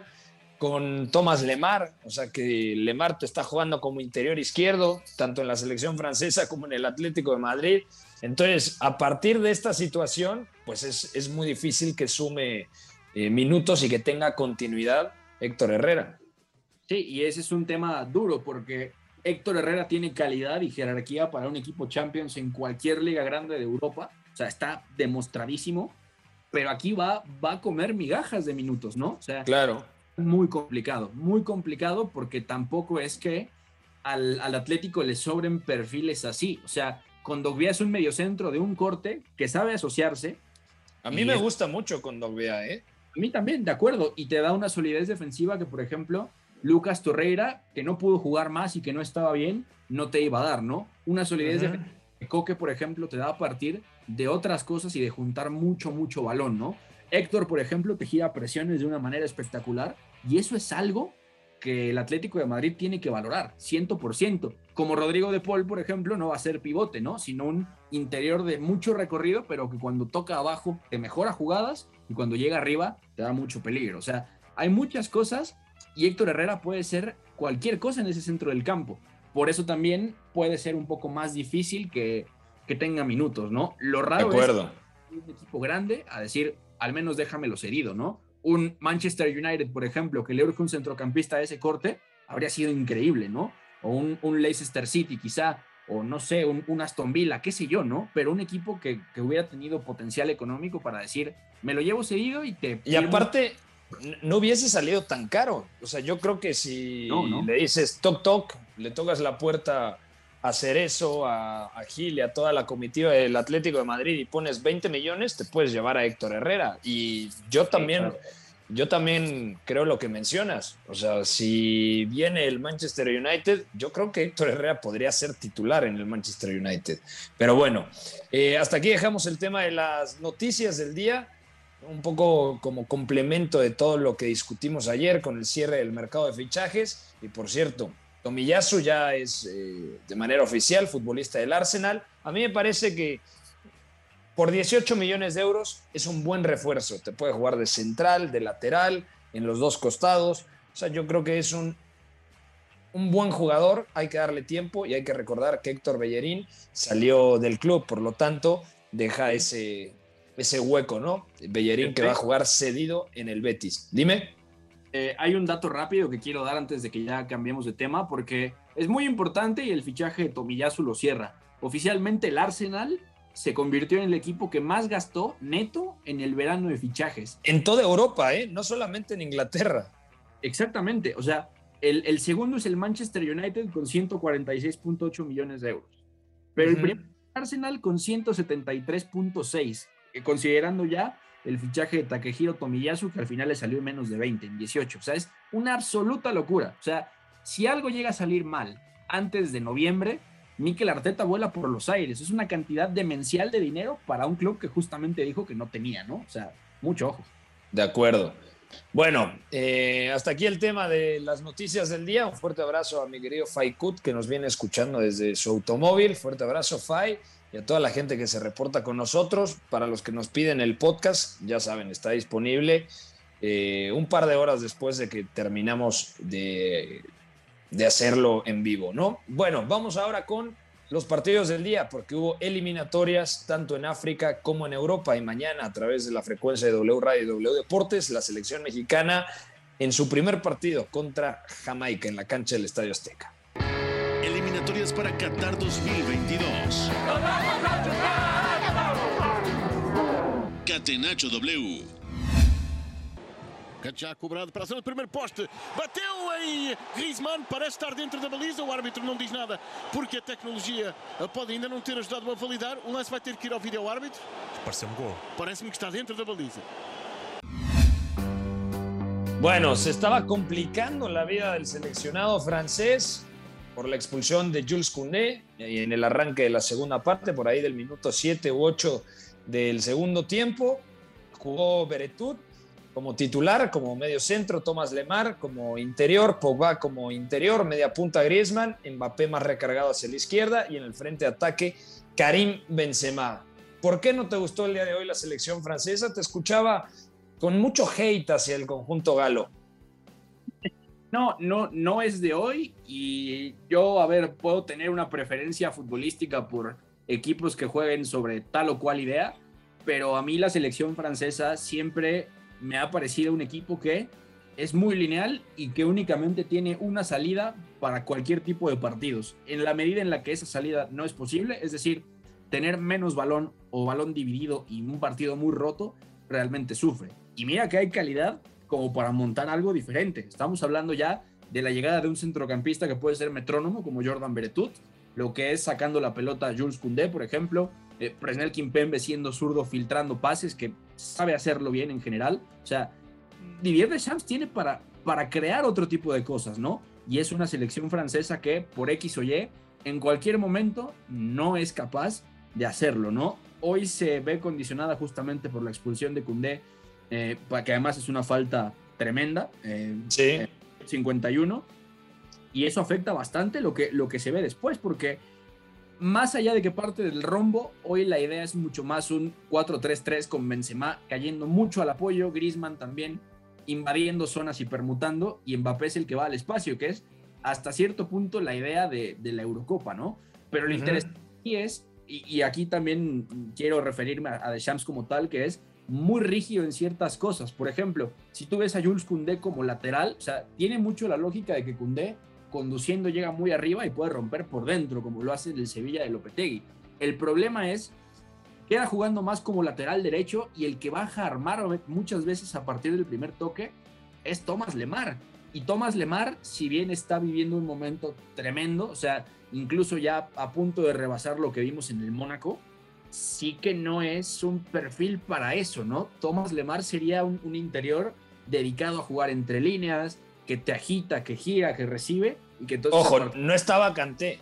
con Thomas Lemar. O sea, que Lemar te está jugando como interior izquierdo, tanto en la selección francesa como en el Atlético de Madrid. Entonces, a partir de esta situación, pues es muy difícil que sume minutos y que tenga continuidad Héctor Herrera. Sí, y ese es un tema duro porque Héctor Herrera tiene calidad y jerarquía para un equipo Champions en cualquier liga grande de Europa. O sea, está demostradísimo, pero aquí va a comer migajas de minutos, ¿no? O sea, claro. muy complicado porque tampoco es que al Atlético le sobren perfiles así. O sea, Kondogbia es un mediocentro de un corte que sabe asociarse. A mí me gusta mucho Kondogbia, ¿eh? A mí también, de acuerdo, y te da una solidez defensiva que, por ejemplo, Lucas Torreira, que no pudo jugar más y que no estaba bien, no te iba a dar, ¿no? Una solidez defensiva que Coque, por ejemplo, te da a partir de otras cosas y de juntar mucho balón, ¿no? Héctor, por ejemplo, te gira presiones de una manera espectacular y eso es algo que el Atlético de Madrid tiene que valorar, 100%. Como Rodrigo de Paul, por ejemplo, no va a ser pivote, ¿no? Sino un interior de mucho recorrido, pero que cuando toca abajo te mejora jugadas y cuando llega arriba te da mucho peligro. O sea, hay muchas cosas y Héctor Herrera puede ser cualquier cosa en ese centro del campo. Por eso también puede ser un poco más difícil que tenga minutos, ¿no? Lo raro es un equipo grande a decir, al menos déjamelo cedido, ¿no? Un Manchester United, por ejemplo, que le urge un centrocampista a ese corte, habría sido increíble, ¿no? O un Leicester City quizá, o no sé, un Aston Villa, qué sé yo, ¿no? Pero un equipo que hubiera tenido potencial económico para decir, me lo llevo cedido y te... Y aparte, no hubiese salido tan caro. O sea, yo creo que si le dices toc, le tocas la puerta a Cerezo, a Gil y a toda la comitiva del Atlético de Madrid y pones 20 millones, te puedes llevar a Héctor Herrera. Y yo también creo lo que mencionas. O sea, si viene el Manchester United, yo creo que Héctor Herrera podría ser titular en el Manchester United. Pero bueno, hasta aquí dejamos el tema de las noticias del día, un poco como complemento de todo lo que discutimos ayer con el cierre del mercado de fichajes. Y por cierto, Tomiyasu ya es de manera oficial futbolista del Arsenal. A mí me parece que por 18 millones de euros es un buen refuerzo. Te puede jugar de central, de lateral, en los dos costados. O sea, yo creo que es un buen jugador. Hay que darle tiempo y hay que recordar que Héctor Bellerín salió del club. Por lo tanto, deja ese hueco, ¿no? Bellerín que va a jugar cedido en el Betis. Dime. Hay un dato rápido que quiero dar antes de que ya cambiemos de tema, porque es muy importante y el fichaje de Tomiyasu lo cierra. Oficialmente el Arsenal se convirtió en el equipo que más gastó neto en el verano de fichajes. En toda Europa, no solamente en Inglaterra. Exactamente, o sea, el segundo es el Manchester United con 146.8 millones de euros. Pero el primer Arsenal con 173.6, considerando ya el fichaje de Takehiro Tomiyasu, que al final le salió en menos de 20, en 18. O sea, es una absoluta locura. O sea, si algo llega a salir mal antes de noviembre, Mikel Arteta vuela por los aires. Es una cantidad demencial de dinero para un club que justamente dijo que no tenía, ¿no? O sea, mucho ojo. De acuerdo. Bueno, hasta aquí el tema de las noticias del día. Un fuerte abrazo a mi querido Fay Kut, que nos viene escuchando desde su automóvil. Fuerte abrazo, Fay. Y a toda la gente que se reporta con nosotros. Para los que nos piden el podcast, ya saben, está disponible un par de horas después de que terminamos de hacerlo en vivo, ¿no? Bueno, vamos ahora con los partidos del día, porque hubo eliminatorias tanto en África como en Europa. Y mañana, a través de la frecuencia de W Radio y W Deportes, la selección mexicana en su primer partido contra Jamaica en la cancha del Estadio Azteca. Eliminatorias para Qatar 2022. Catenacho W. Já cobrado para a zona do primeiro poste. Bateu em Griezmann, parece estar dentro da baliza. O árbitro não diz nada porque a tecnologia pode ainda não ter ajudado a validar. O lance vai ter que ir ao vídeo árbitro. Parece-me gol. Parece-me que está dentro da baliza. Bueno, se estaba complicando la vida del seleccionado francés por la expulsión de Jules Koundé en el arranque de la segunda parte, por ahí del minuto 7 u 8 del segundo tiempo. Jugó Veretout como titular, como medio centro, Thomas Lemar como interior, Pogba como interior, media punta Griezmann, Mbappé más recargado hacia la izquierda y en el frente de ataque Karim Benzema. ¿Por qué no te gustó el día de hoy la selección francesa? Te escuchaba con mucho hate hacia el conjunto galo. No es de hoy y yo, puedo tener una preferencia futbolística por equipos que jueguen sobre tal o cual idea, pero a mí la selección francesa siempre me ha parecido un equipo que es muy lineal y que únicamente tiene una salida para cualquier tipo de partidos. En la medida en la que esa salida no es posible, es decir, tener menos balón o balón dividido y un partido muy roto, realmente sufre. Y mira que hay calidad como para montar algo diferente. Estamos hablando ya de la llegada de un centrocampista que puede ser metrónomo como Jordan Veretout, lo que es sacando la pelota a Jules Koundé, por ejemplo, Presnel Kimpembe siendo zurdo filtrando pases, que sabe hacerlo bien en general. O sea, Didier Deschamps tiene para crear otro tipo de cosas, ¿no? Y es una selección francesa que por X o Y en cualquier momento no es capaz de hacerlo, ¿no? Hoy se ve condicionada justamente por la expulsión de Koundé, que además es una falta tremenda, 51, y eso afecta bastante lo que se ve después, porque más allá de que parte del rombo, hoy la idea es mucho más un 4-3-3 con Benzema cayendo mucho al apoyo, Griezmann también invadiendo zonas y permutando, y Mbappé es el que va al espacio, que es hasta cierto punto la idea de la Eurocopa, ¿no? Pero lo interesante aquí es, y aquí también quiero referirme a Deschamps como tal, que es muy rígido en ciertas cosas. Por ejemplo, si tú ves a Jules Koundé como lateral, o sea, tiene mucho la lógica de que Koundé conduciendo llega muy arriba y puede romper por dentro, como lo hace el Sevilla de Lopetegui. El problema es, queda jugando más como lateral derecho, y el que baja a armar muchas veces a partir del primer toque es Thomas Lemar. Y Thomas Lemar, si bien está viviendo un momento tremendo, o sea, incluso ya a punto de rebasar lo que vimos en el Mónaco, sí que no es un perfil para eso, ¿no? Thomas Lemar sería un interior dedicado a jugar entre líneas, que te agita, que gira, que recibe, y que entonces... Ojo, no estaba Kanté.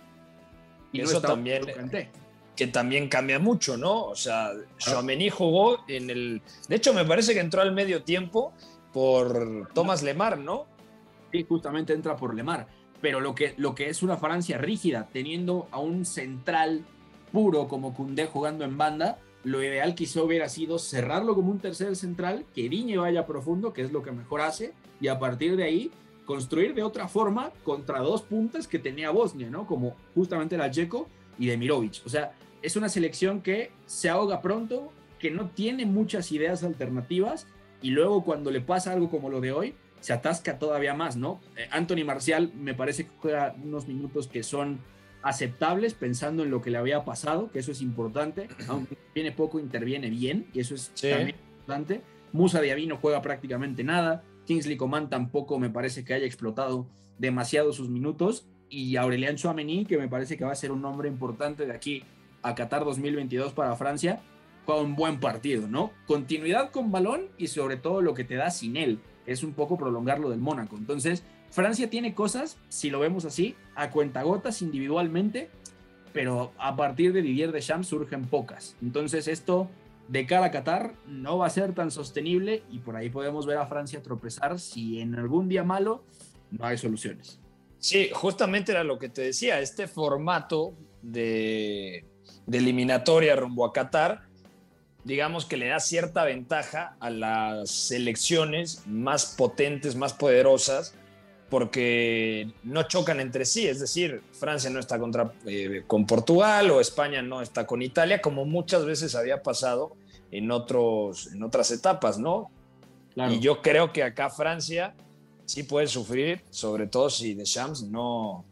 Y eso no estaba también, Kanté. Que también cambia mucho, ¿no? O sea, Tchouaméni jugó en el... De hecho, me parece que entró al medio tiempo por Thomas Lemar, ¿no? Sí, justamente entra por Lemar. Pero lo que es una Francia rígida, teniendo a un central puro como Koundé jugando en banda, lo ideal quizá hubiera sido cerrarlo como un tercer central, que Digne vaya profundo, que es lo que mejor hace, y a partir de ahí construir de otra forma contra dos puntas que tenía Bosnia, ¿no? Como justamente la Dzeko y Demirovic. O sea, es una selección que se ahoga pronto, que no tiene muchas ideas alternativas, y luego cuando le pasa algo como lo de hoy, se atasca todavía más, ¿no? Anthony Martial me parece que juega unos minutos que son aceptables pensando en lo que le había pasado, que eso es importante, aunque viene poco, interviene bien, y eso es también importante. Moussa Diaby no juega prácticamente nada, Kingsley Coman tampoco me parece que haya explotado demasiado sus minutos, y Aurélien Tchouaméni, que me parece que va a ser un nombre importante de aquí a Qatar 2022 para Francia, juega un buen partido, ¿no? Continuidad con balón y sobre todo lo que te da sin él, que es un poco prolongarlo del Mónaco. Entonces, Francia tiene cosas, si lo vemos así, a cuentagotas individualmente, pero a partir de Didier Deschamps surgen pocas. Entonces, esto de cara a Qatar no va a ser tan sostenible, y por ahí podemos ver a Francia tropezar si en algún día malo no hay soluciones. Sí, justamente era lo que te decía, este formato de eliminatoria rumbo a Qatar, digamos que le da cierta ventaja a las selecciones más potentes, más poderosas, porque no chocan entre sí, es decir, Francia no está con Portugal, o España no está con Italia, como muchas veces había pasado en otras etapas, ¿no? Claro. Y yo creo que acá Francia sí puede sufrir, sobre todo si Deschamps no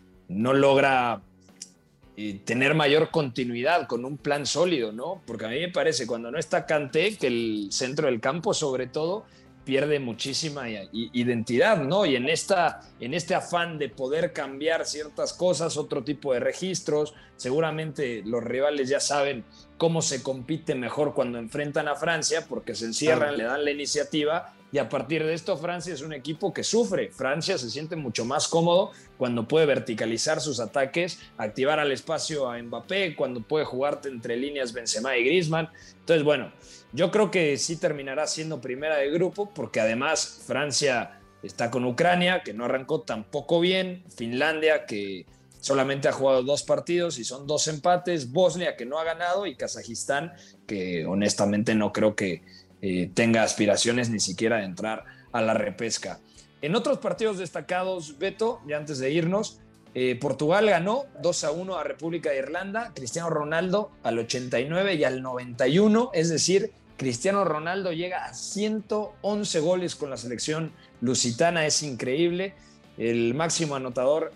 logra tener mayor continuidad con un plan sólido, ¿no? Porque a mí me parece, cuando no está Kanté, que el centro del campo, sobre todo, pierde muchísima identidad, ¿no? Y en este afán de poder cambiar ciertas cosas, otro tipo de registros, seguramente los rivales ya saben cómo se compite mejor cuando enfrentan a Francia, porque se encierran, le dan la iniciativa, y a partir de esto Francia es un equipo que sufre. Francia se siente mucho más cómodo cuando puede verticalizar sus ataques, activar al espacio a Mbappé, cuando puede jugarte entre líneas Benzema y Griezmann. Entonces, bueno, yo creo que sí terminará siendo primera de grupo, porque además Francia está con Ucrania, que no arrancó tampoco bien, Finlandia, que solamente ha jugado 2 partidos y son 2 empates, Bosnia, que no ha ganado, y Kazajistán, que honestamente no creo que tenga aspiraciones ni siquiera de entrar a la repesca. En otros partidos destacados, Beto, ya antes de irnos, Portugal ganó 2-1 a República de Irlanda, Cristiano Ronaldo al 89 y al 91, es decir, Cristiano Ronaldo llega a 111 goles con la selección lusitana, es increíble, el máximo anotador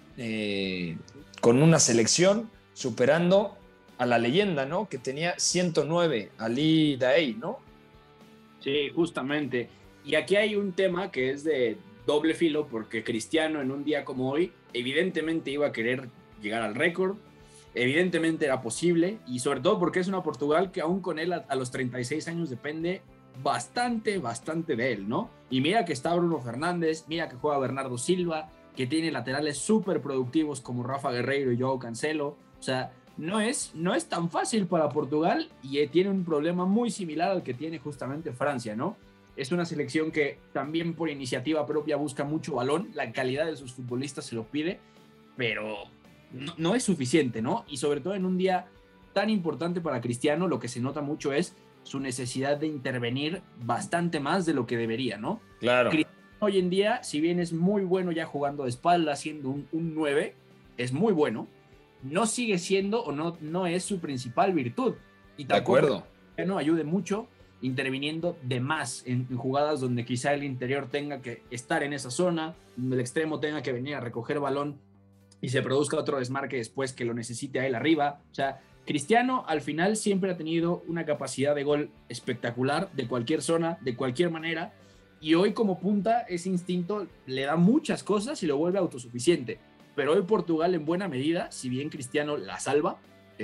con una selección, superando a la leyenda, ¿no? Que tenía 109, Ali Daei, ¿no? Sí, justamente. Y aquí hay un tema que es de doble filo, porque Cristiano en un día como hoy evidentemente iba a querer llegar al récord, evidentemente era posible, y sobre todo porque es una Portugal que aún con él a los 36 años depende bastante de él, ¿no? Y mira que está Bruno Fernández, mira que juega Bernardo Silva, que tiene laterales súper productivos como Rafa Guerreiro y Joao Cancelo. O sea, no es tan fácil para Portugal, y tiene un problema muy similar al que tiene justamente Francia, ¿no? Es una selección que también por iniciativa propia busca mucho balón, la calidad de sus futbolistas se lo pide, pero no es suficiente, ¿no? Y sobre todo en un día tan importante para Cristiano, lo que se nota mucho es su necesidad de intervenir bastante más de lo que debería, ¿no? Claro. Cristiano hoy en día, si bien es muy bueno ya jugando de espalda, siendo un 9, es muy bueno, no sigue siendo o no es su principal virtud. Y tampoco de acuerdo. Cristiano ayude mucho interviniendo de más en jugadas donde quizá el interior tenga que estar en esa zona, donde el extremo tenga que venir a recoger balón y se produzca otro desmarque después que lo necesite a él arriba. O sea, Cristiano al final siempre ha tenido una capacidad de gol espectacular de cualquier zona, de cualquier manera, y hoy como punta ese instinto le da muchas cosas y lo vuelve autosuficiente. Pero hoy Portugal en buena medida, si bien Cristiano la salva,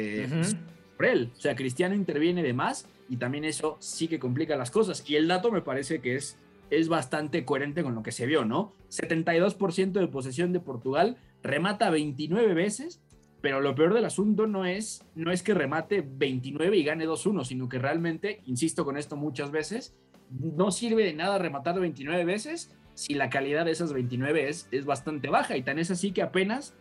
por él. O sea, Cristiano interviene de más y también eso sí que complica las cosas. Y el dato me parece que es bastante coherente con lo que se vio, ¿no? 72% de posesión de Portugal, remata 29 veces, pero lo peor del asunto no es que remate 29 y gane 2-1, sino que realmente, insisto con esto muchas veces, no sirve de nada rematar 29 veces si la calidad de esas 29 es bastante baja, y tan es así que apenas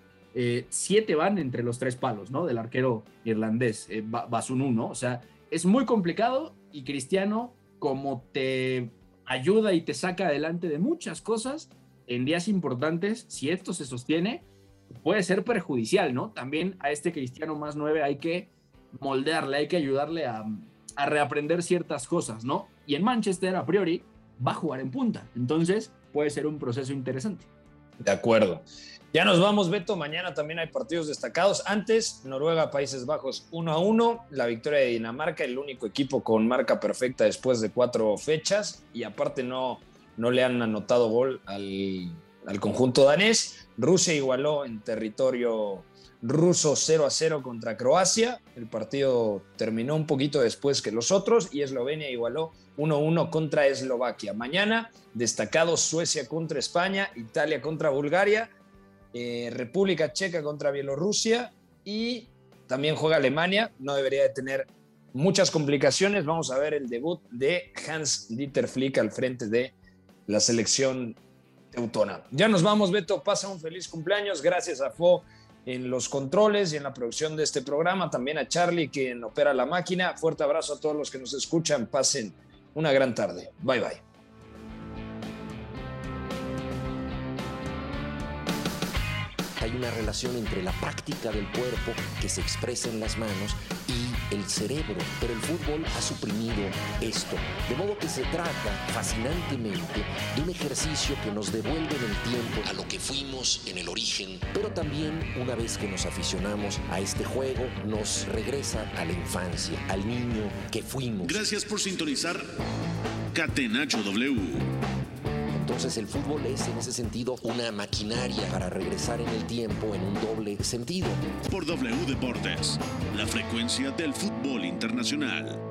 7 van entre los 3 palos, ¿no? Del arquero irlandés, Basunu, ¿no? O sea, es muy complicado, y Cristiano, como te ayuda y te saca adelante de muchas cosas, en días importantes, si esto se sostiene, puede ser perjudicial, ¿no? También a este Cristiano más 9 hay que moldearle, hay que ayudarle a reaprender ciertas cosas, ¿no? Y en Manchester, a priori, va a jugar en punta. Entonces, puede ser un proceso interesante. De acuerdo. Ya nos vamos, Beto. Mañana también hay partidos destacados. Antes, Noruega, Países Bajos 1-1. La victoria de Dinamarca, el único equipo con marca perfecta después de 4 fechas. Y aparte no le han anotado gol al conjunto danés. Rusia igualó en territorio ruso 0-0 contra Croacia. El partido terminó un poquito después que los otros, y Eslovenia igualó 1-1 contra Eslovaquia. Mañana, destacados: Suecia contra España, Italia contra Bulgaria, República Checa contra Bielorrusia, y también juega Alemania. No debería de tener muchas complicaciones. Vamos a ver el debut de Hans-Dieter Flick al frente de la selección teutona. Ya nos vamos, Beto. Pasa un feliz cumpleaños. Gracias a Fo en los controles y en la producción de este programa. También a Charlie, quien opera la máquina. Fuerte abrazo a todos los que nos escuchan. Pasen una gran tarde. Bye, bye. Hay una relación entre la práctica del cuerpo que se expresa en las manos y el cerebro, pero el fútbol ha suprimido esto, de modo que se trata fascinantemente de un ejercicio que nos devuelve en el tiempo a lo que fuimos en el origen, pero también, una vez que nos aficionamos a este juego, nos regresa a la infancia, al niño que fuimos. Gracias por sintonizar Catenacho W. Entonces el fútbol es en ese sentido una maquinaria para regresar en el tiempo en un doble sentido. Por W Deportes, la frecuencia del fútbol internacional.